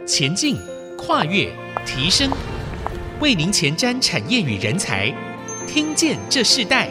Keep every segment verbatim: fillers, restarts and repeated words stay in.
前进、跨越、提升，为您前瞻产业与人才，听见这世代。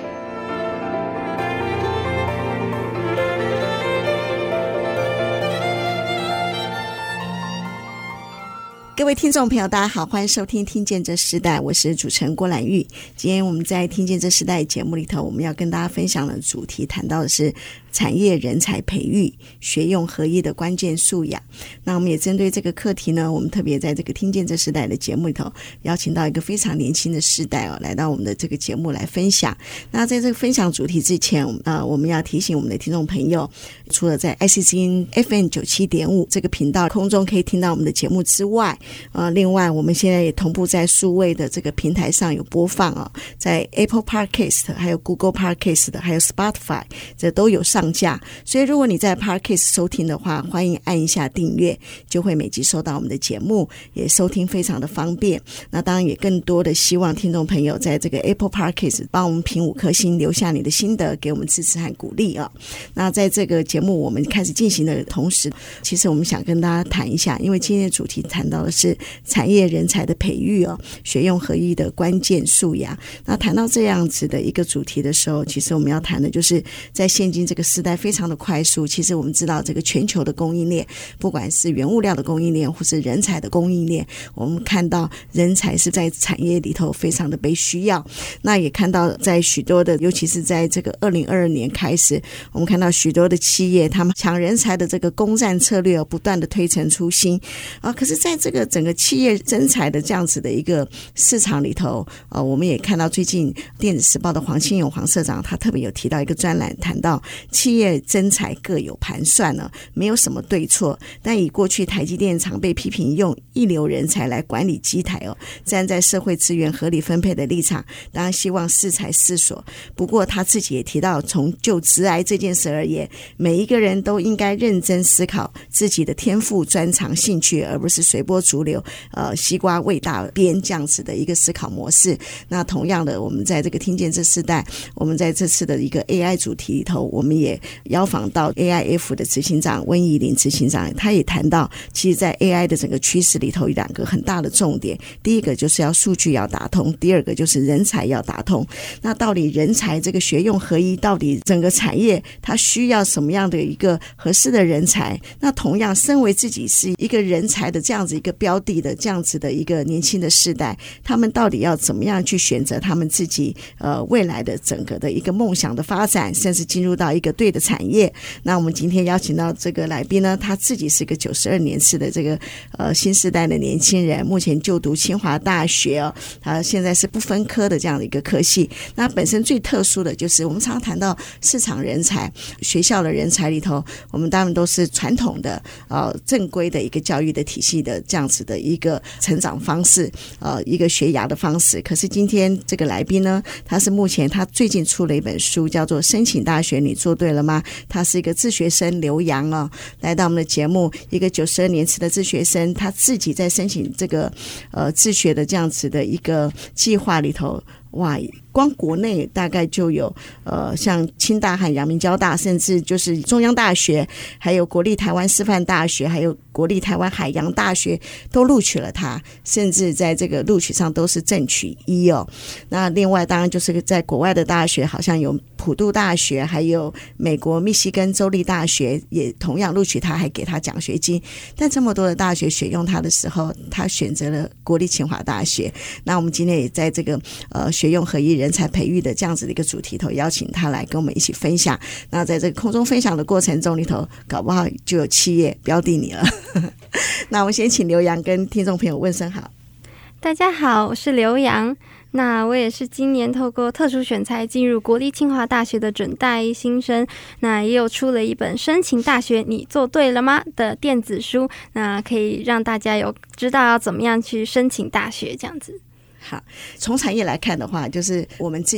各位听众朋友大家好，欢迎收听听见这时代，我是主持人郭兰玉。今天我们在听见这时代节目里头，我们要跟大家分享的主题谈到的是产业人才培育学用合一的关键素养。那我们也针对这个课题呢，我们特别在这个听见这时代的节目里头邀请到一个非常年轻的世代哦，来到我们的这个节目来分享。那在这个分享主题之前，呃，我们要提醒我们的听众朋友，除了在 I C C N F M 九十七点五 这个频道空中可以听到我们的节目之外，呃，另外我们现在也同步在数位的这个平台上有播放哦，在 Apple Podcast 还有 Google Podcast 还有 Spotify 这都有上架。所以如果你在 Podcast 收听的话，欢迎按一下订阅，就会每集收到我们的节目，也收听非常的方便。那当然也更多的希望听众朋友在这个 Apple Podcast 帮我们评五颗星，留下你的心得，给我们支持和鼓励啊。那在这个节目我们开始进行的同时，其实我们想跟大家谈一下，因为今天的主题谈到的是产业人才的培育哦，学用合一的关键素养。那谈到这样子的一个主题的时候，其实我们要谈的就是在现今这个时代非常的快速，其实我们知道这个全球的供应链，不管是原物料的供应链或是人才的供应链，我们看到人才是在产业里头非常的被需要。那也看到在许多的，尤其是在这个二零二二年开始，我们看到许多的企业他们抢人才的这个攻占策略不断的推陈出新啊。可是在这个整个企业人才的这样子的一个市场里头，呃，我们也看到最近电子时报的黄清勇黄社长他特别有提到一个专栏，谈到企业征才各有盘算呢，没有什么对错，但以过去台积电常被批评用一流人才来管理机台哦，站在社会资源合理分配的立场，当然希望适才适所。不过他自己也提到，从就职涯这件事而言，每一个人都应该认真思考自己的天赋、专长、兴趣，而不是随波逐流，呃，西瓜喂大边这样子的一个思考模式。那同样的，我们在这个听见这世代，我们在这次的一个 A I 主题里头，我们也邀访到 A I F 的执行长温怡玲执行长，他也谈到，其实在 A I 的整个趋势里头有两个很大的重点，第一个就是要数据要打通，第二个就是人才要打通。那到底人才这个学用合一，到底整个产业它需要什么样的一个合适的人才？那同样身为自己是一个人才的这样子一个标的的这样子的一个年轻的世代，他们到底要怎么样去选择他们自己呃未来的整个的一个梦想的发展，甚至进入到一个对的产业。那我们今天邀请到这个来宾呢，他自己是一个九十二年次的这个呃新世代的年轻人，目前就读清华大学哦，他现在是不分科的这样的一个科系。那本身最特殊的就是我们常常谈到市场人才，学校的人才里头，我们当然都是传统的呃正规的一个教育的体系的这样子的一个成长方式，呃一个学涯的方式。可是今天这个来宾呢，他是目前他最近出了一本书，叫做《申请大学你做对了吗》，他是一个自学生刘洋哦，来到我们的节目，一个九十二年次的自学生，他自己在申请这个呃自学的这样子的一个计划里头，哇，光国内大概就有呃像清大和阳明交大，甚至就是中央大学，还有国立台湾师范大学，还有国立台湾海洋大学都录取了他，甚至在这个录取上都是正取一哦。那另外当然就是在国外的大学，好像有普渡大学，还有美国密西根州立大学也同样录取他，还给他奖学金。但这么多的大学选用他的时候，他选择了国立清华大学。那我们今天也在这个呃学用合一人才培育的这样子的一个主题头，邀请他来跟我们一起分享。那在这个空中分享的过程中里头，搞不好就有企业标的你了。那我们先请刘洋跟听众朋友问声好。 大家好，我是刘洋。那我也是今年透过特殊选才进入国立清华大学的准大一新生，那也有出了一本申请大学你做对了吗的电子书，那可以让大家有知道要怎么样去申请大学这样子。 好，从产业来看的话，就是我们自己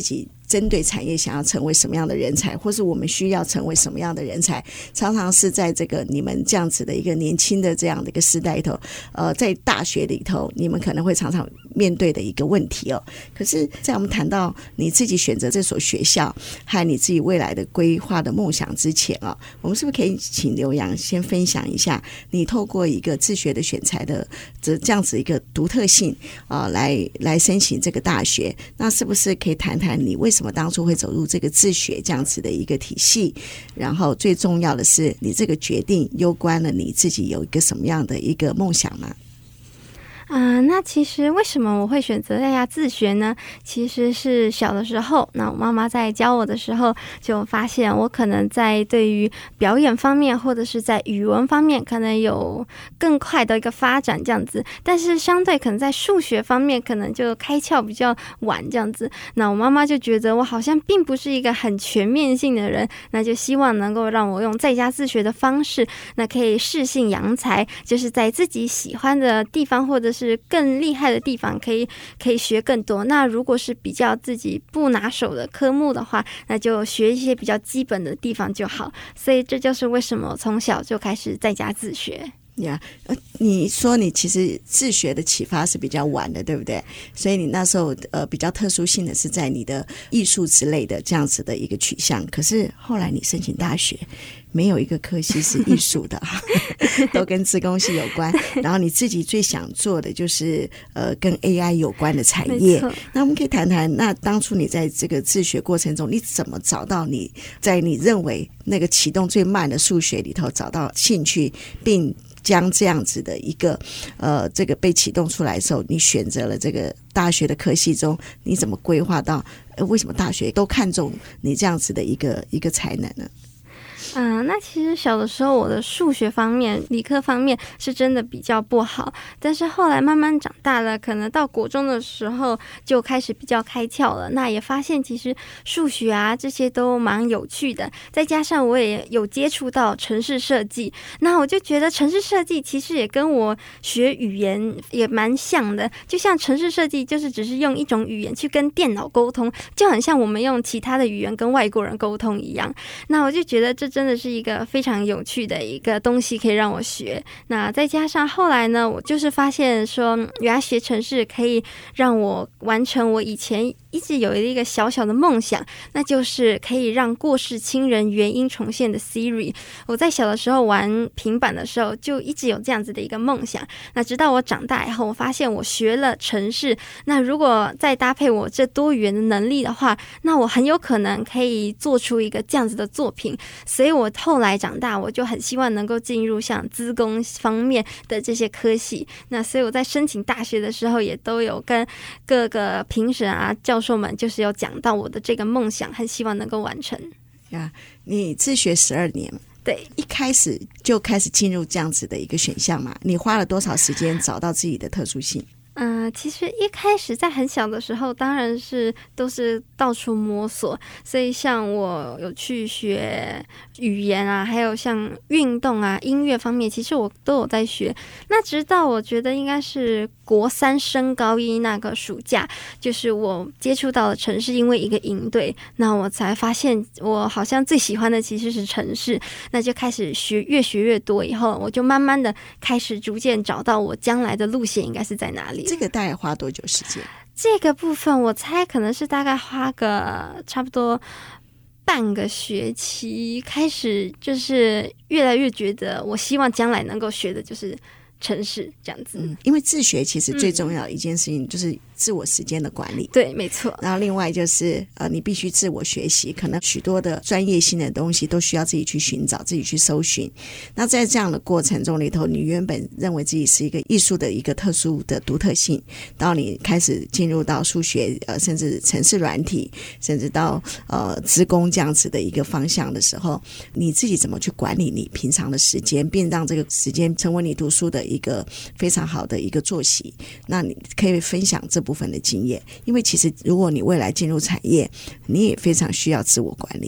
针对产业想要成为什么样的人才，或是我们需要成为什么样的人才，常常是在这个你们这样子的一个年轻的这样的一个时代里头，呃，在大学里头你们可能会常常面对的一个问题哦。可是在我们谈到你自己选择这所学校和你自己未来的规划的梦想之前哦，我们是不是可以请刘洋先分享一下你透过一个自学的选材的这样子一个独特性啊、呃，来来申请这个大学？那是不是可以谈谈你为什么当初会走入这个自学这样子的一个体系？然后最重要的是，你这个决定攸关了你自己有一个什么样的一个梦想吗？ 啊、呃，那其实为什么我会选择在家自学呢？其实是小的时候，那我妈妈在教我的时候，就发现我可能在对于表演方面，或者是在语文方面，可能有更快的一个发展这样子。但是相对可能在数学方面，可能就开窍比较晚这样子。那我妈妈就觉得我好像并不是一个很全面性的人，那就希望能够让我用在家自学的方式，那可以适性扬才，就是在自己喜欢的地方，或者是是更厉害的地方可以可以学更多。那如果是比较自己不拿手的科目的话，那就学一些比较基本的地方就好。所以这就是为什么我从小就开始在家自学。 呀、yeah, 呃，你说你其实自学的启发是比较晚的，对不对？所以你那时候呃比较特殊性的是在你的艺术之类的这样子的一个取向。可是后来你申请大学，没有一个科系是艺术的，都跟资工系有关。然后你自己最想做的就是呃跟 A I 有关的产业。那我们可以谈谈，那当初你在这个自学过程中，你怎么找到你在你认为那个启动最慢的数学里头找到兴趣，并将这样子的一个呃这个被启动出来的时候，你选择了这个大学的科系中，你怎么规划到呃为什么大学都看重你这样子的一个一个才能呢？ 嗯，那其实小的时候我的数学方面、理科方面是真的比较不好，但是后来慢慢长大了，可能到国中的时候就开始比较开窍了。那也发现其实数学啊这些都蛮有趣的，再加上我也有接触到程式设计，那我就觉得程式设计其实也跟我学语言也蛮像的，就像程式设计就是只是用一种语言去跟电脑沟通，就很像我们用其他的语言跟外国人沟通一样。那我就觉得这真的是一个非常有趣的一个东西可以让我学。那再加上后来呢，我就是发现说原来学程式可以让我完成我以前一直有一个小小的梦想，那就是可以让过世亲人原音重现的 Siri。 我在小的时候玩平板的时候就一直有这样子的一个梦想，那直到我长大以后，我发现我学了程式，那如果再搭配我这多语言的能力的话，那我很有可能可以做出一个这样子的作品。所以我后来长大，我就很希望能够进入像资工方面的这些科系。那所以我在申请大学的时候，也都有跟各个评审啊、教授们，就是有讲到我的这个梦想，很希望能够完成。 呀，你自学十二年， 对， 一开始就开始进入这样子的一个选项嘛？你花了多少时间找到自己的特殊性？ 嗯、呃，其实一开始在很小的时候，当然是都是到处摸索。所以像我有去学语言啊，还有像运动啊、音乐方面，其实我都有在学。那直到我觉得应该是国三升高一那个暑假，就是我接触到了程式，因为一个营队，那我才发现我好像最喜欢的其实是程式。那就开始学，越学越多，以后我就慢慢的开始逐渐找到我将来的路线应该是在哪里。 这个大概花多久时间？ 这个部分我猜可能是大概花个差不多半个学期，开始就是越来越觉得我希望将来能够学的就是程式这样子、嗯、 因为自学其实最重要的一件事情就是自我时间的管理、 嗯、对，没错。 然后另外就是呃，你必须自我学习，可能许多的专业性的东西都需要自己去寻找，自己去搜寻。那在这样的过程中里头，你原本认为自己是一个艺术的一个特殊的独特性，到你开始进入到数学呃，甚至程式软体，甚至到呃资工这样子的一个方向的时候，你自己怎么去管理你平常的时间，并让这个时间成为你读书的一个非常好的一个作息？那你可以分享这部分的经验，因为其实如果你未来进入产业，你也非常需要自我管理。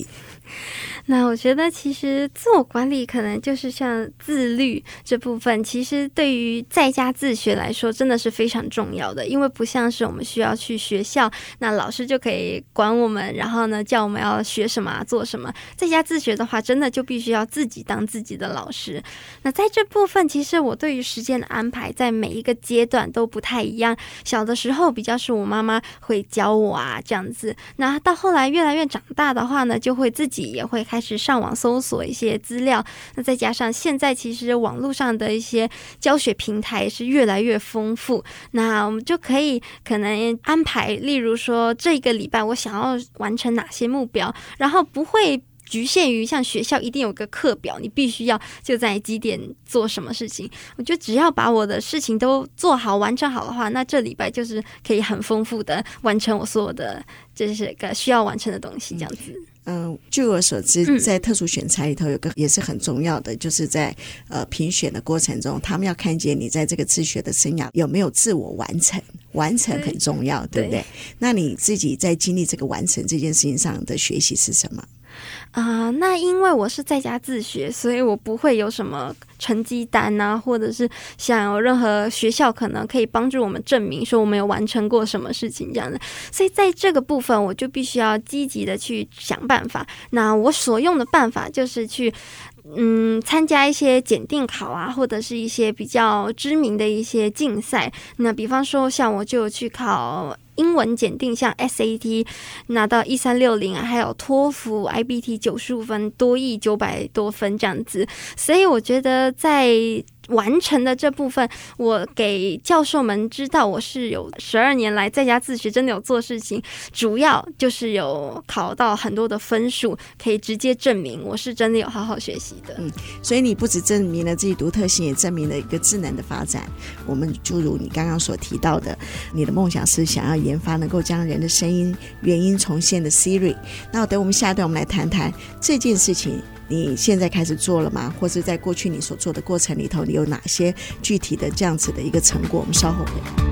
那我觉得其实自我管理可能就是像自律这部分，其实对于在家自学来说真的是非常重要的，因为不像是我们需要去学校，那老师就可以管我们，然后呢叫我们要学什么做什么。在家自学的话，真的就必须要自己当自己的老师。那在这部分，其实我对于时间的安排在每一个阶段都不太一样。小的时候比较是我妈妈会教我啊这样子，那到后来越来越长大的话呢，就会自己也会开始上网搜索一些资料。那再加上现在其实网络上的一些教学平台是越来越丰富，那我们就可以可能安排，例如说这个礼拜我想要完成哪些目标，然后不会局限于像学校一定有个课表，你必须要就在几点做什么事情。我觉得只要把我的事情都做好完成好的话，那这礼拜就是可以很丰富的完成我所有的就是个需要完成的东西这样子。 嗯，据我所知，在特殊选材里头有个也是很重要的，就是在呃评选的过程中，他们要看见你在这个自学的生涯有没有自我完成，完成很重要， 对, 对不对？那你自己在经历这个完成这件事情上的学习是什么？ 啊、呃，那因为我是在家自学，所以我不会有什么成绩单啊，或者是像有任何学校可能可以帮助我们证明说我们有完成过什么事情这样的，所以在这个部分我就必须要积极的去想办法。那我所用的办法就是去嗯，参加一些检定考啊，或者是一些比较知名的一些竞赛。那比方说像我就有去考英文检定，像 S A T 拿到一三六零啊，还有托福 I B T 九十五分，多益九百多分这样子。所以我觉得在完成的这部分，我给教授们知道我是有十二年来在家自学真的有做事情，主要就是有考到很多的分数，可以直接证明我是真的有好好学习的。 嗯，所以你不只证明了自己独特性，也证明了一个智能的发展。我们就如你刚刚所提到的，你的梦想是想要研发能够将人的声音原音重现的 Siri。 那等我们下一段我们来谈谈这件事情你现在开始做了吗？或是在过去你所做的过程里头，你有哪些具体的这样子的一个成果？我们稍后回来。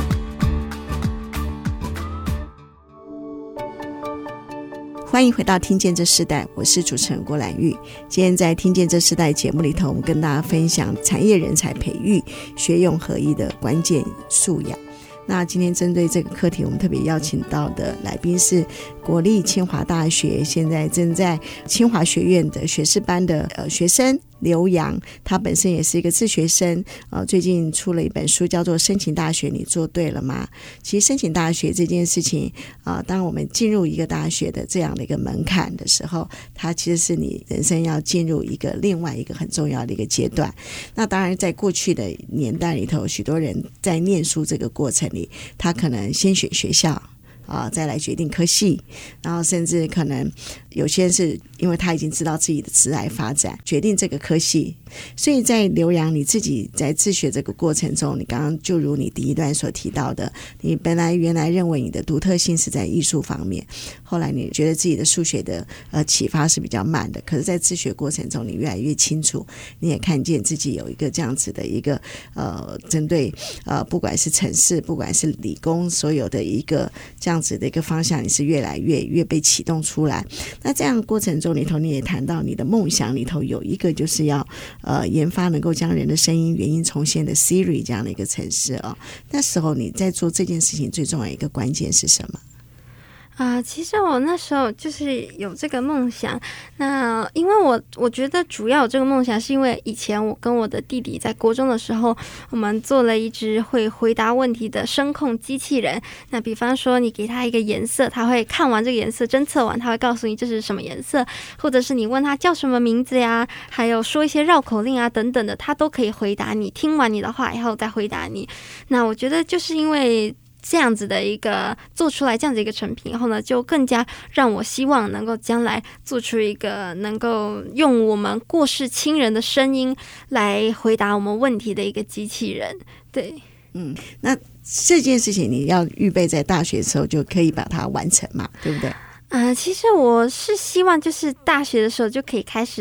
欢迎回到听见这世代，我是主持人郭兰玉。今天在听见这世代节目里头，我们跟大家分享产业人才培育学用合一的关键素养。那今天针对这个课题，我们特别邀请到的来宾是国立清华大学现在正在清华学院的学士班的呃学生刘洋，他本身也是一个自学生，呃，最近出了一本书叫做《申请大学你做对了吗》。其实申请大学这件事情啊、呃，当我们进入一个大学的这样的一个门槛的时候，它其实是你人生要进入一个另外一个很重要的一个阶段。那当然在过去的年代里头，许多人在念书这个过程里，他可能先选学校啊，再来决定科系，然后甚至可能有些人是因为他已经知道自己的职涯发展，决定这个科系。所以在刘洋你自己在自学这个过程中，你刚刚就如你第一段所提到的，你本来原来认为你的独特性是在艺术方面，后来你觉得自己的数学的呃启发是比较慢的，可是在自学过程中你越来越清楚，你也看见自己有一个这样子的一个呃针对呃不管是程式不管是理工所有的一个这样子的一个方向，你是越来越越被启动出来。那这样的过程中里头，你也谈到你的梦想里头有一个就是要呃研发能够将人的声音原音重现的 Siri 这样的一个程式哦。那时候你在做这件事情最重要的一个关键是什么？ 啊、呃，其实我那时候就是有这个梦想。那因为我我觉得主要有这个梦想，是因为以前我跟我的弟弟在国中的时候，我们做了一只会回答问题的声控机器人。那比方说，你给他一个颜色，他会看完这个颜色，侦测完，他会告诉你这是什么颜色，或者是你问他叫什么名字呀，还有说一些绕口令啊等等的，他都可以回答你。听完你的话以后再回答你。那我觉得就是因为这样子的一个做出来这样子一个成品以后呢，就更加让我希望能够将来做出一个能够用我们过世亲人的声音来回答我们问题的一个机器人。对， 嗯，那这件事情你要预备在大学的时候就可以把它完成嘛，对不对？ 呃，其实我是希望就是大学的时候就可以开始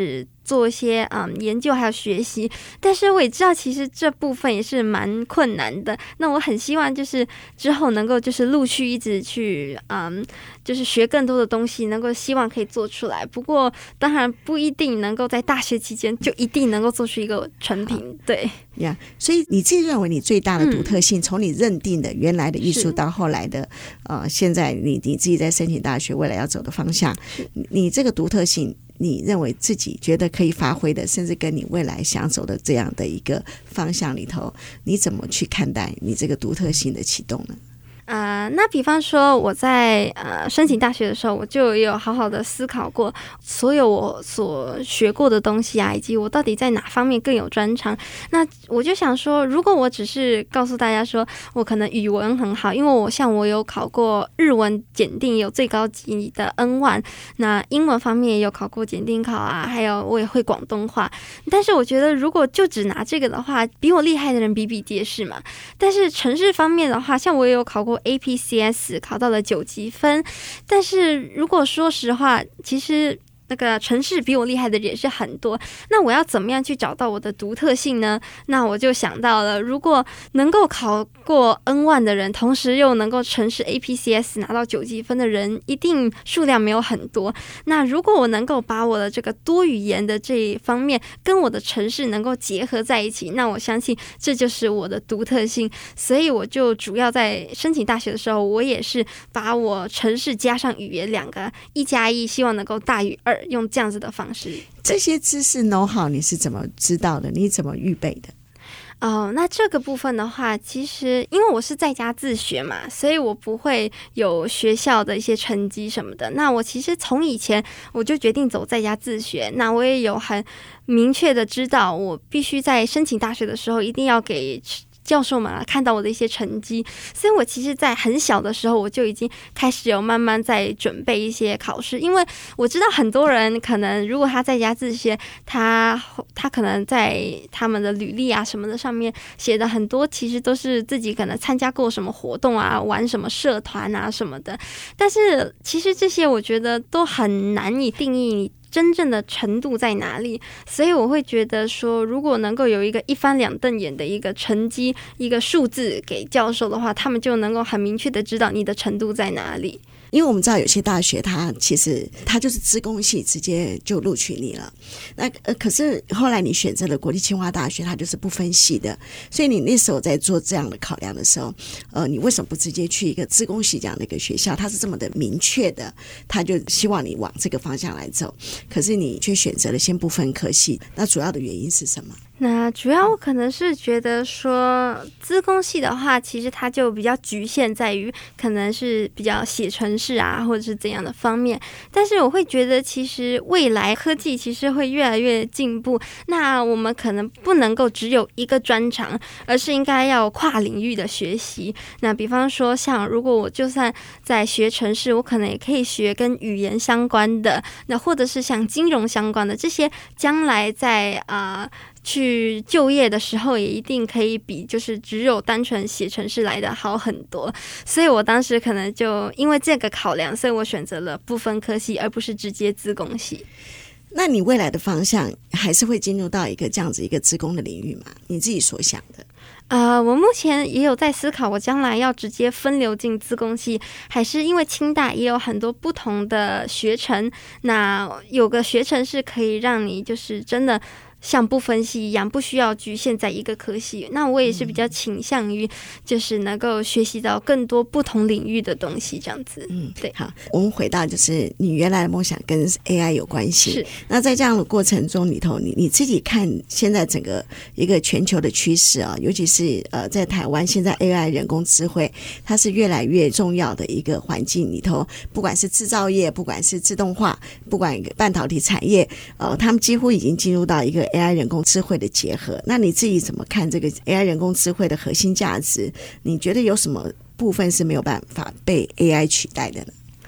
做一些嗯研究还有学习，但是我也知道其实这部分也是蛮困难的。那我很希望就是之后能够就是陆续一直去嗯就是学更多的东西，能够希望可以做出来。不过当然不一定能够在大学期间就一定能够做出一个成品，对呀、yeah, 所以你自己认为你最大的独特性，从、嗯、你认定的原来的艺术到后来的呃，现在你你自己在申请大学未来要走的方向，你这个独特性你认为自己觉得可以发挥的，甚至跟你未来想走的这样的一个方向里头，你怎么去看待你这个独特性的启动呢？ 呃，那比方说我在呃申请大学的时候，我就有好好的思考过所有我所学过的东西啊，以及我到底在哪方面更有专长。那我就想说，如果我只是告诉大家说我可能语文很好，因为我像我有考过日文检定，有最高级的 N 一， 那英文方面也有考过检定考啊，还有我也会广东话。但是我觉得如果就只拿这个的话，比我厉害的人比比皆是嘛。但是程式方面的话，像我也有考过A P C S 考到了九级分，但是如果说实话，其实那个程式比我厉害的也是很多，那我要怎么样去找到我的独特性呢？那我就想到了，如果能够考过 N 一 的人，同时又能够程式 A P C S 拿到九级分的人，一定数量没有很多。那如果我能够把我的这个多语言的这一方面跟我的程式能够结合在一起，那我相信这就是我的独特性。所以我就主要在申请大学的时候，我也是把我程式加上语言两个一加一，希望能够大于二，用这样子的方式。 这些知识 know how 你是怎么知道的？你怎么预备的？ 哦，那这个部分的话，其实因为我是在家自学嘛，所以我不会有学校的一些成绩什么的。那我其实从以前我就决定走在家自学，那我也有很明确的知道，我必须在申请大学的时候一定要给教授们看到我的一些成绩，所以我其实在很小的时候我就已经开始有慢慢在准备一些考试。因为我知道很多人可能如果他在家自学，他他可能在他们的履历啊什么的上面写的很多其实都是自己可能参加过什么活动啊，玩什么社团啊什么的，但是其实这些我觉得都很难以定义你真正的程度在哪里。所以我会觉得说，如果能够有一个一翻两瞪眼的一个成绩，一个数字给教授的话，他们就能够很明确的知道你的程度在哪里。 因为我们知道有些大学它其实它就是资工系直接就录取你了，那呃可是后来你选择了国立清华大学，它就是不分系的，所以你那时候在做这样的考量的时候，呃，你为什么不直接去一个资工系这样的一个学校？它是这么的明确的，他就希望你往这个方向来走，可是你却选择了先不分科系，那主要的原因是什么？ 那主要我可能是觉得说，资工系的话，其实它就比较局限在于可能是比较写程式啊，或者是怎样的方面。但是我会觉得，其实未来科技其实会越来越进步，那我们可能不能够只有一个专长，而是应该要跨领域的学习。那比方说，像如果我就算在学程式，我可能也可以学跟语言相关的，那或者是像金融相关的这些，将来在啊。呃去就业的时候也一定可以比就是只有单纯写程式来的好很多。所以我当时可能就因为这个考量，所以我选择了不分科系，而不是直接资工系。 那你未来的方向还是会进入到一个这样子一个资工的领域吗？你自己所想的？ 呃，我目前也有在思考，我将来要直接分流进资工系，还是因为清大也有很多不同的学程，那有个学程是可以让你就是真的像不分系一样，不需要局限在一个科系。那我也是比较倾向于就是能够学习到更多不同领域的东西这样子。 嗯， 对。 好，我们回到就是你原来的梦想跟 A I 有关系。 是。 那在这样的过程中里头，你你自己看现在整个一个全球的趋势啊，尤其是呃在台湾现在 A I 人工智慧它是越来越重要的一个环境里头，不管是制造业，不管是自动化，不管半导体产业，呃，他们几乎已经进入到一个A I 人工智慧的结合。那你自己怎么看这个 A I 人工智慧的核心价值？你觉得有什么部分是没有办法被 A I 取代的呢？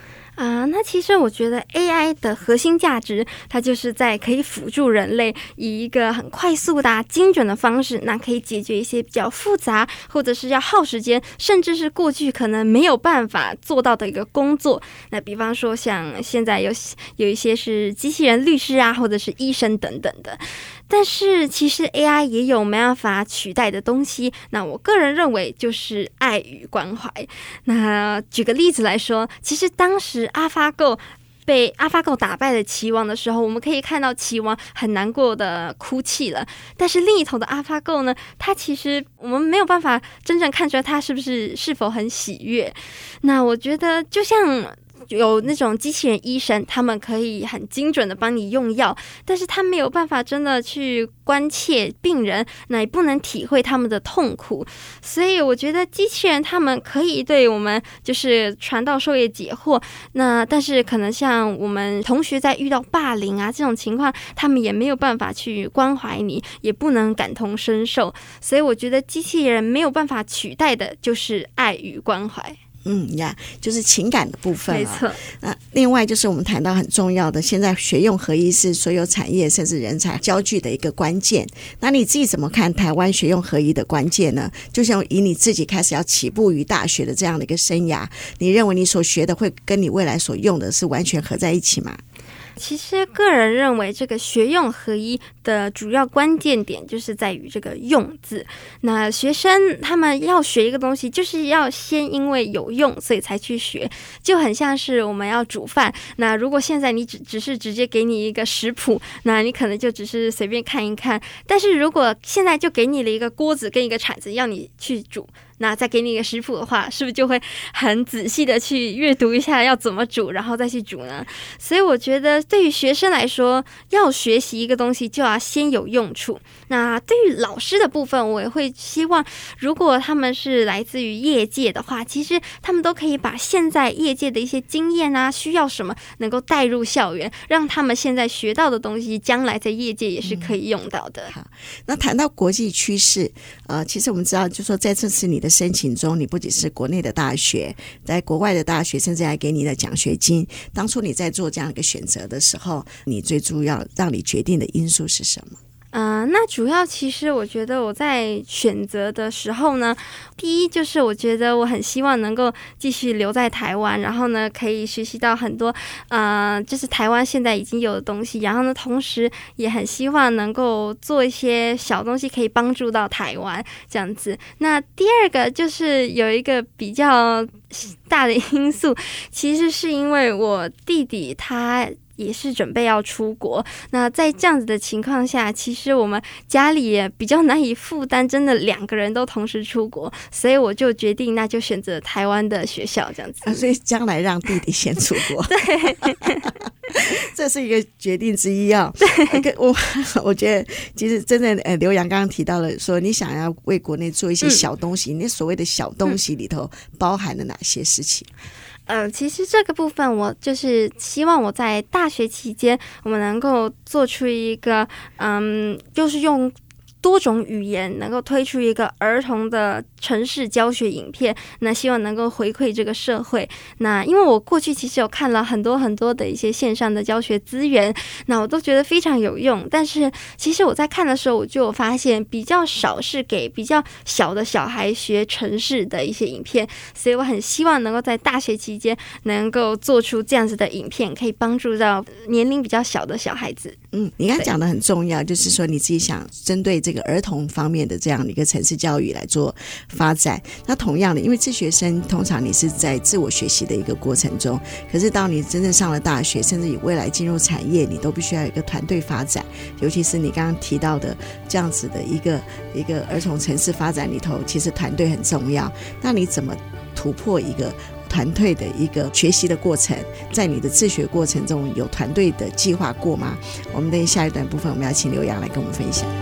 啊，那其实我觉得 A I 的核心价值，它就是在可以辅助人类以一个很快速的、啊、精准的方式，那可以解决一些比较复杂或者是要耗时间，甚至是过去可能没有办法做到的一个工作。那比方说像现在有有一些是机器人律师啊，或者是医生等等的。但是其实 A I 也有没办法取代的东西，那我个人认为就是爱与关怀。那举个例子来说，其实当时 AlphaGo 被 AlphaGo 打败了棋王的时候，我们可以看到棋王很难过的哭泣了，但是另一头的 AlphaGo 呢，他其实我们没有办法真正看出来他是不是是否很喜悦。那我觉得就像有那种机器人医生，他们可以很精准的帮你用药，但是他没有办法真的去关切病人，那也不能体会他们的痛苦。所以我觉得机器人他们可以对我们就是传道授业解惑，那但是可能像我们同学在遇到霸凌啊这种情况，他们也没有办法去关怀你，也不能感同身受。所以我觉得机器人没有办法取代的就是爱与关怀。 嗯呀，就是情感的部分、啊、 没错。 那另外就是我们谈到很重要的，现在学用合一是所有产业甚至人才交聚的一个关键。那你自己怎么看台湾学用合一的关键呢？就像以你自己开始要起步于大学的这样的一个生涯，你认为你所学的会跟你未来所用的是完全合在一起吗？ 其实个人认为这个学用合一的主要关键点就是在于这个用字。那学生他们要学一个东西，就是要先因为有用所以才去学，就很像是我们要煮饭，那如果现在你只只是直接给你一个食谱，那你可能就只是随便看一看，但是如果现在就给你了一个锅子跟一个铲子要你去煮，那再给你一个食谱的话，是不是就会很仔细的去阅读一下要怎么煮，然后再去煮呢？所以我觉得对于学生来说，要学习一个东西就要先有用处。那对于老师的部分，我也会希望如果他们是来自于业界的话，其实他们都可以把现在业界的一些经验啊，需要什么能够带入校园，让他们现在学到的东西将来在业界也是可以用到的。 嗯、好，那谈到国际趋势，呃，其实我们知道就说在这次你的申请中，你不仅是国内的大学，在国外的大学甚至还给你的奖学金，当初你在做这样一个选择的时候，你最主要让你决定的因素是什么？ 嗯、呃，那主要其实我觉得我在选择的时候呢，第一就是我觉得我很希望能够继续留在台湾，然后呢可以学习到很多呃，就是台湾现在已经有的东西，然后呢同时也很希望能够做一些小东西可以帮助到台湾这样子。那第二个就是有一个比较大的因素，其实是因为我弟弟他也是准备要出国，那在这样子的情况下，其实我们家里也比较难以负担真的两个人都同时出国，所以我就决定那就选择台湾的学校这样子、 啊、所以将来让弟弟先出国对这是一个决定之一啊、哦。我我觉得其实真的呃，刘洋刚刚提到了说你想要为国内做一些小东西、嗯、你所谓的小东西里头包含了哪些事情？ 呃，其实这个部分我就是希望我在大学期间，我们能够做出一个，嗯，就是用多种语言能够推出一个儿童的程式教学影片，那希望能够回馈这个社会。那因为我过去其实有看了很多很多的一些线上的教学资源，那我都觉得非常有用，但是其实我在看的时候我就有发现比较少是给比较小的小孩学程式的一些影片，所以我很希望能够在大学期间能够做出这样子的影片，可以帮助到年龄比较小的小孩子。 嗯，你刚才讲的很重要，就是说你自己想针对这个儿童方面的这样的一个程式教育来做发展。那同样的，因为自学生通常你是在自我学习的一个过程中，可是当你真正上了大学，甚至你未来进入产业，你都必须要有一个团队发展，尤其是你刚刚提到的这样子的一个一个儿童程式发展里头，其实团队很重要。那你怎么突破一个团队的一个学习的过程？在你的自学过程中有团队的计划过吗？我们的下一段部分我们要请刘洋来跟我们分享。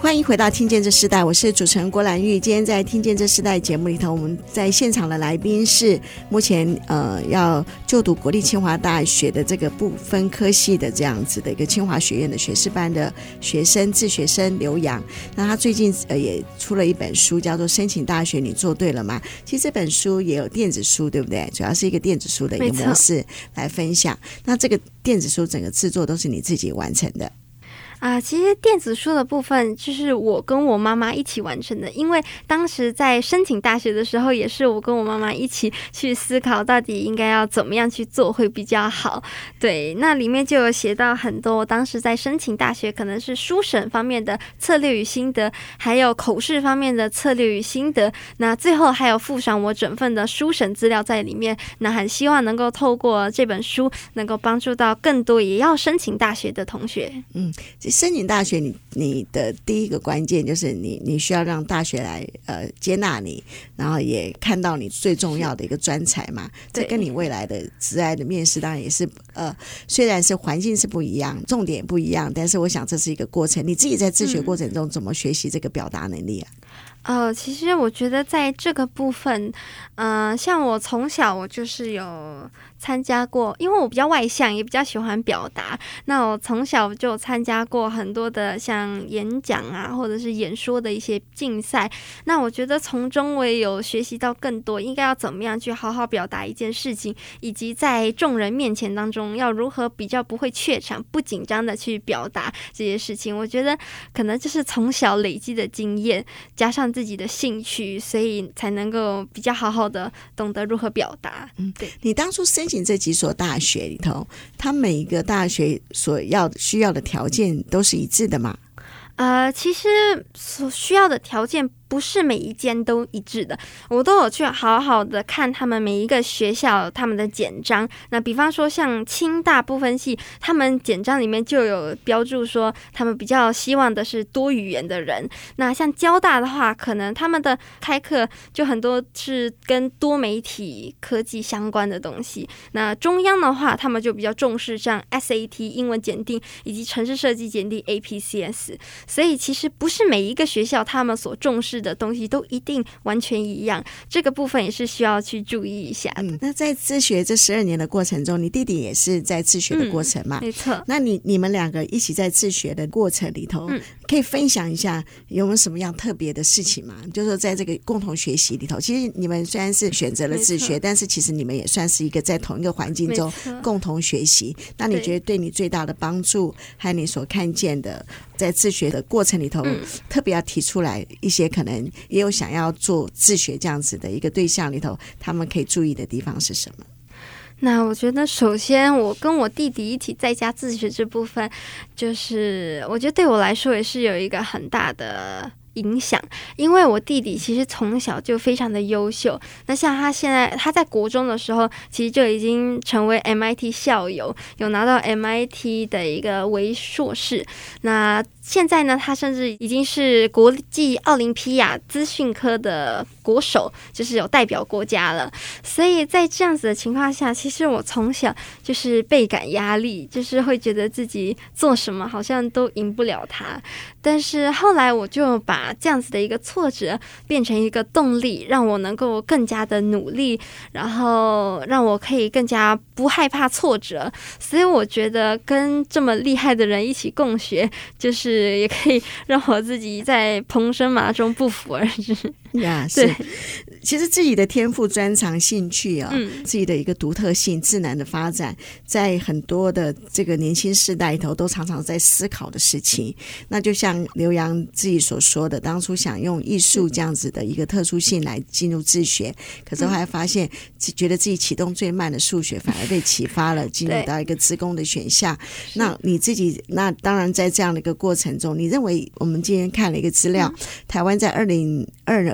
欢迎回到听见这时代，我是主持人郭兰玉。今天在听见这时代节目里头，我们在现场的来宾是目前呃要就读国立清华大学的这个不分科系的这样子的一个清华学院的学士班的学生自学生刘洋。那他最近呃也出了一本书，叫做《申请大学你做对了吗》。其实这本书也有电子书，对不对？主要是一个电子书的一个模式来分享。那这个电子书整个制作都是你自己完成的？ 啊、呃，其实电子书的部分就是我跟我妈妈一起完成的，因为当时在申请大学的时候，也是我跟我妈妈一起去思考到底应该要怎么样去做会比较好。对，那里面就有写到很多当时在申请大学可能是书审方面的策略与心得，还有口试方面的策略与心得，那最后还有附上我整份的书审资料在里面。那很希望能够透过这本书能够帮助到更多也要申请大学的同学。 嗯，申请大学你你的第一个关键就是你你需要让大学来呃接纳你，然后也看到你最重要的一个专才嘛。这跟你未来的职涯的面试当然也是呃虽然是环境是不一样，重点不一样，但是我想这是一个过程。你自己在自学过程中怎么学习这个表达能力啊？ 呃，其实我觉得在这个部分，呃，像我从小我就是有参加过，因为我比较外向，也比较喜欢表达。那我从小就参加过很多的像演讲啊，或者是演说的一些竞赛。那我觉得从中我也有学习到更多，应该要怎么样去好好表达一件事情，以及在众人面前当中要如何比较不会怯场、不紧张的去表达这些事情。我觉得可能就是从小累积的经验，加上自己的兴趣，所以才能够比较好好的懂得如何表达。 嗯，对。你当初申请这几所大学里头，它每一个大学所要需要的条件都是一致的吗？ 呃，其实所需要的条件不是每一间都一致的，我都有去好好的看他们每一个学校他们的简章。那比方说像清大不分系，他们简章里面就有标注说他们比较希望的是多语言的人。那像交大的话，可能他们的开课就很多是跟多媒体科技相关的东西。那中央的话，他们就比较重视像 S A T 英文检定以及程式设计检定 A P C S。所以其实不是每一个学校他们所重视的东西都一定完全一样，这个部分也是需要去注意一下的。 嗯，那在自学这十二年的过程中，你弟弟也是在自学的过程嘛？ 嗯、没错。 那你你们两个一起在自学的过程里头，嗯、可以分享一下有没有什么样特别的事情吗？就是说在这个共同学习里头，其实你们虽然是选择了自学，但是其实你们也算是一个在同一个环境中共同学习。那你觉得对你最大的帮助，还有你所看见的在自学的过程里头、嗯、特别要提出来一些可能也有想要做自学这样子的一个对象里头，他们可以注意的地方是什么？ 那我觉得首先我跟我弟弟一起在家自学这部分，就是我觉得对我来说也是有一个很大的影响，因为我弟弟其实从小就非常的优秀。那像他现在他在国中的时候，其实就已经成为 M I T 校友，有拿到 M I T 的一个微硕士。那现在呢，他甚至已经是国际奥林匹亚资讯科的国手，就是有代表国家了。所以在这样子的情况下，其实我从小就是倍感压力，就是会觉得自己做什么好像都赢不了他。但是后来我就把这样子的一个挫折变成一个动力，让我能够更加的努力，然后让我可以更加不害怕挫折。所以我觉得跟这么厉害的人一起共学，就是也可以让我自己在蓬生马中不服而至。 呀、yeah, 是，其实自己的天赋、专长、兴趣啊、哦嗯，自己的一个独特性、自然的发展，在很多的这个年轻世代里头，都常常在思考的事情。那就像刘洋自己所说的，当初想用艺术这样子的一个特殊性来进入自学，可是后来发现，觉得自己启动最慢的数学反而被启发了，进入到一个资工的选项。那你自己，那当然在这样的一个过程中，你认为我们今天看了一个资料，嗯、台湾在二零二二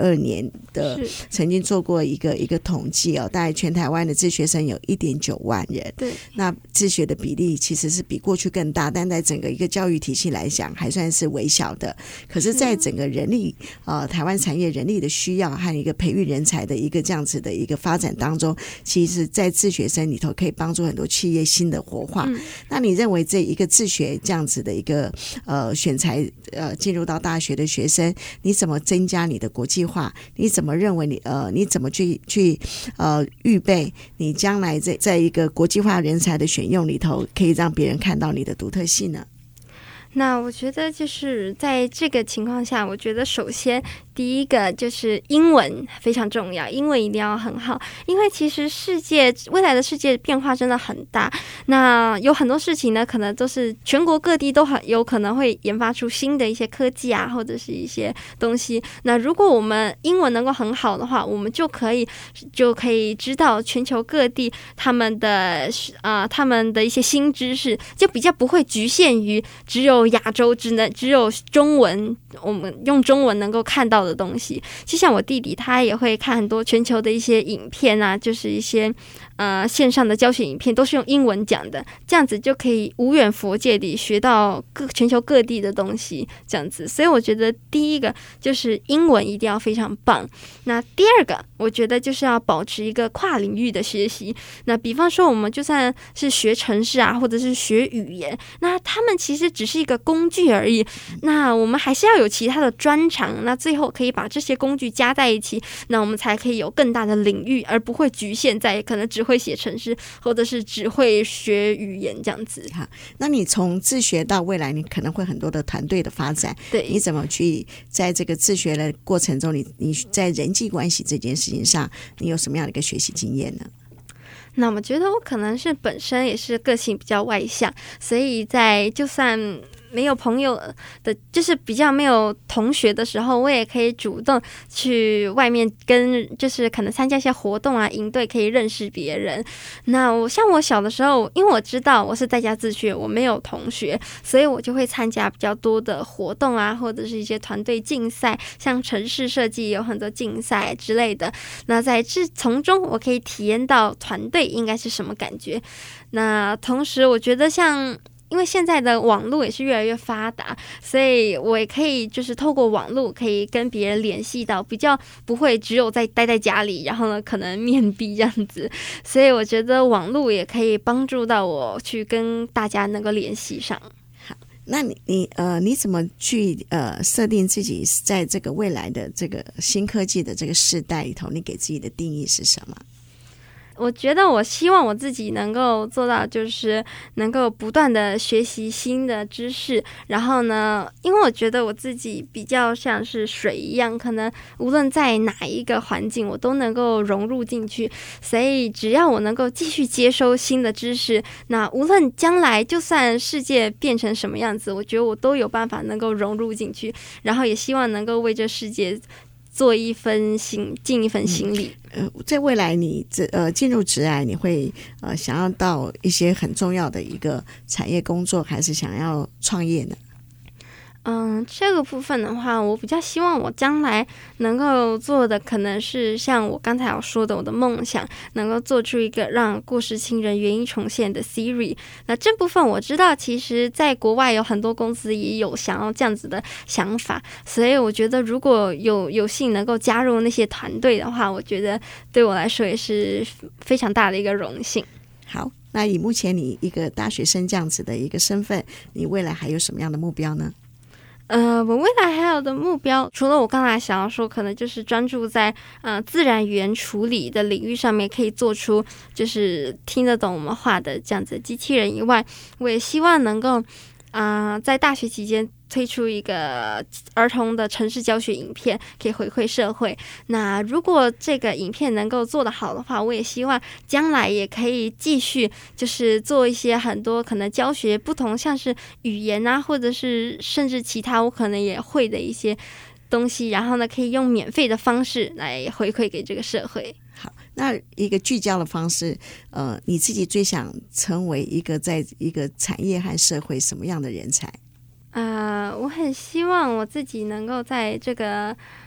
二年的曾经做过一个一个统计哦，大概全台湾的自学生有一点九万人， 对， 那自学的比例其实是比过去更大，但在整个一个教育体系来讲还算是微小的。可是在整个人力呃台湾产业人力的需要和一个培育人才的一个这样子的一个发展当中，其实在自学生里头可以帮助很多企业新的活化、嗯、那你认为这一个自学这样子的一个呃选材呃进入到大学的学生，你怎么增加你的国际化？你怎么认为你呃你怎么去去呃预备你将来在在一个国际化人才的选用里头，可以让别人看到你的独特性呢？ 那我觉得就是在这个情况下，我觉得首先第一个就是英文非常重要，英文一定要很好，因为其实世界未来的世界变化真的很大，那有很多事情呢可能都是全国各地都很有可能会研发出新的一些科技啊，或者是一些东西。那如果我们英文能够很好的话，我们就可以就可以知道全球各地他们的啊、呃、他们的一些新知识，就比较不会局限于只有亚洲只能只有中文，我们用中文能够看到的东西。就像我弟弟他也会看很多全球的一些影片啊，就是一些呃线上的教学影片都是用英文讲的，这样子就可以无远弗届地学到各全球各地的东西，这样子。所以我觉得第一个就是英文一定要非常棒。那第二个我觉得就是要保持一个跨领域的学习。那比方说我们就算是学程式啊，或者是学语言，那他们其实只是一个工具而已，那我们还是要有其他的专长，那最后可以把这些工具加在一起，那我们才可以有更大的领域，而不会局限在可能只会写程式或者是只会学语言这样子。 好，那你从自学到未来你可能会很多的团队的发展， 对， 你怎么去在这个自学的过程中，你你在人际关系这件事情上你有什么样的一个学习经验呢？ 那我觉得我可能是本身也是个性比较外向，所以在就算没有朋友的，就是比较没有同学的时候，我也可以主动去外面跟，就是可能参加一些活动啊、营队，可以认识别人。那我像我小的时候，因为我知道我是在家自学，我没有同学，所以我就会参加比较多的活动啊，或者是一些团队竞赛，像程式设计有很多竞赛之类的。那在这从中，我可以体验到团队应该是什么感觉。那同时，我觉得像因为现在的网络也是越来越发达，所以我也可以就是透过网络可以跟别人联系到，比较不会只有在待在家里，然后呢可能面壁这样子。所以我觉得网络也可以帮助到我去跟大家能够联系上。 好，那你你呃你怎么去呃设定自己在这个未来的这个新科技的这个世代里头，你给自己的定义是什么？ 我觉得我希望我自己能够做到，就是能够不断的学习新的知识，然后呢，因为我觉得我自己比较像是水一样，可能无论在哪一个环境我都能够融入进去，所以只要我能够继续接收新的知识，那无论将来就算世界变成什么样子，我觉得我都有办法能够融入进去，然后也希望能够为这世界做一份心，尽一份心力。 呃，在未来你呃进入职涯，你会呃想要到一些很重要的一个产业工作，还是想要创业呢？ 嗯，这个部分的话，我比较希望我将来能够做的，可能是像我刚才有说的，我的梦想能够做出一个让故事亲人原音重现的 Siri。那这部分我知道，其实在国外有很多公司也有想要这样子的想法，所以我觉得如果有有幸能够加入那些团队的话，我觉得对我来说也是非常大的一个荣幸。 好，那以目前你一个大学生这样子的一个身份，你未来还有什么样的目标呢？ 呃，我未来还有的目标，除了我刚才想要说，可能就是专注在呃自然语言处理的领域上面，可以做出就是听得懂我们话的这样子的机器人以外，我也希望能够啊、呃、在大学期间推出一个儿童的程式教学影片，可以回馈社会。那如果这个影片能够做得好的话，我也希望将来也可以继续就是做一些很多可能教学不同，像是语言啊，或者是甚至其他我可能也会的一些东西，然后呢可以用免费的方式来回馈给这个社会。 好，那一个聚焦的方式，呃，你自己最想成为一个在一个产业和社会什么样的人才？ 呃，我很希望我自己能够在这个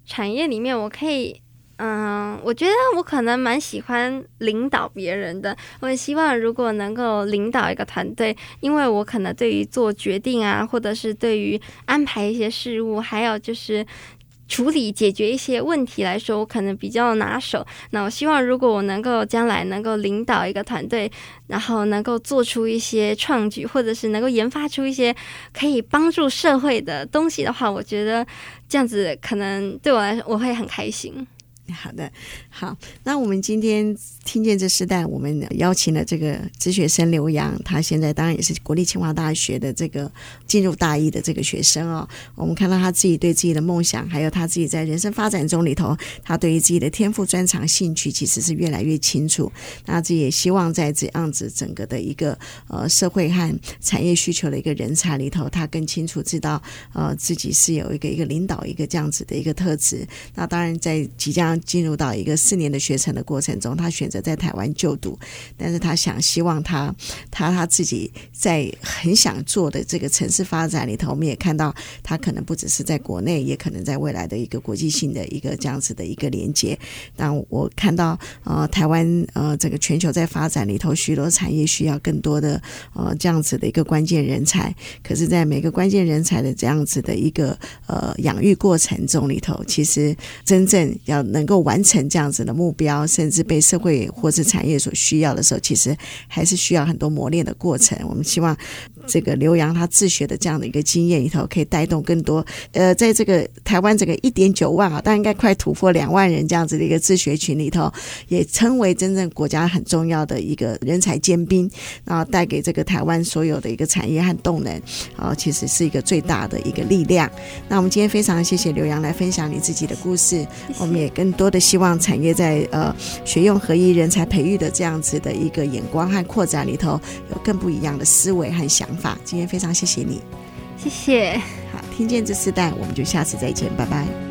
产业里面，我可以。嗯，我觉得我可能蛮喜欢领导别人的。我很希望如果能够领导一个团队，因为我可能对于做决定啊，或者是对于安排一些事物，还有就是处理解决一些问题来说，我可能比较拿手。那我希望如果我能够将来能够领导一个团队，然后能够做出一些创举，或者是能够研发出一些可以帮助社会的东西的话，我觉得这样子可能对我来说我会很开心。 好的，好，那我们今天听见这世代，我们邀请了这个职学生刘洋，他现在当然也是国立清华大学的这个进入大一的这个学生哦。我们看到他自己对自己的梦想，还有他自己在人生发展中里头，他对于自己的天赋专长兴趣其实是越来越清楚。那自己也希望在这样子整个的一个呃社会和产业需求的一个人才里头，他更清楚知道呃自己是有一个一个领导一个这样子的一个特质。那当然在即将进入到一个四年的学程的过程中，他选择在台湾就读，但是他想希望他他他自己在很想做的这个城市发展里头，我们也看到他可能不只是在国内，也可能在未来的一个国际性的一个这样子的一个连接。但我看到呃台湾呃这个全球在发展里头，许多产业需要更多的呃这样子的一个关键人才，可是在每个关键人才的这样子的一个呃养育过程中里头，其实真正要能够完成这样子的目标，甚至被社会或是产业所需要的时候，其实还是需要很多磨练的过程。我们希望这个刘洋他自学的这样的一个经验里头，可以带动更多呃，在这个台湾这个 一点九万啊，但应该快突破两万人这样子的一个自学群里头，也称为真正国家很重要的一个人才尖兵，然后带给这个台湾所有的一个产业和动能啊、呃，其实是一个最大的一个力量。那我们今天非常谢谢刘洋来分享你自己的故事，谢谢。我们也更多的希望产业在呃学用合一人才培育的这样子的一个眼光和扩展里头，有更不一样的思维和想法。今天非常谢谢你， 谢谢。 好，听见这世代，我们就下次再见，拜拜。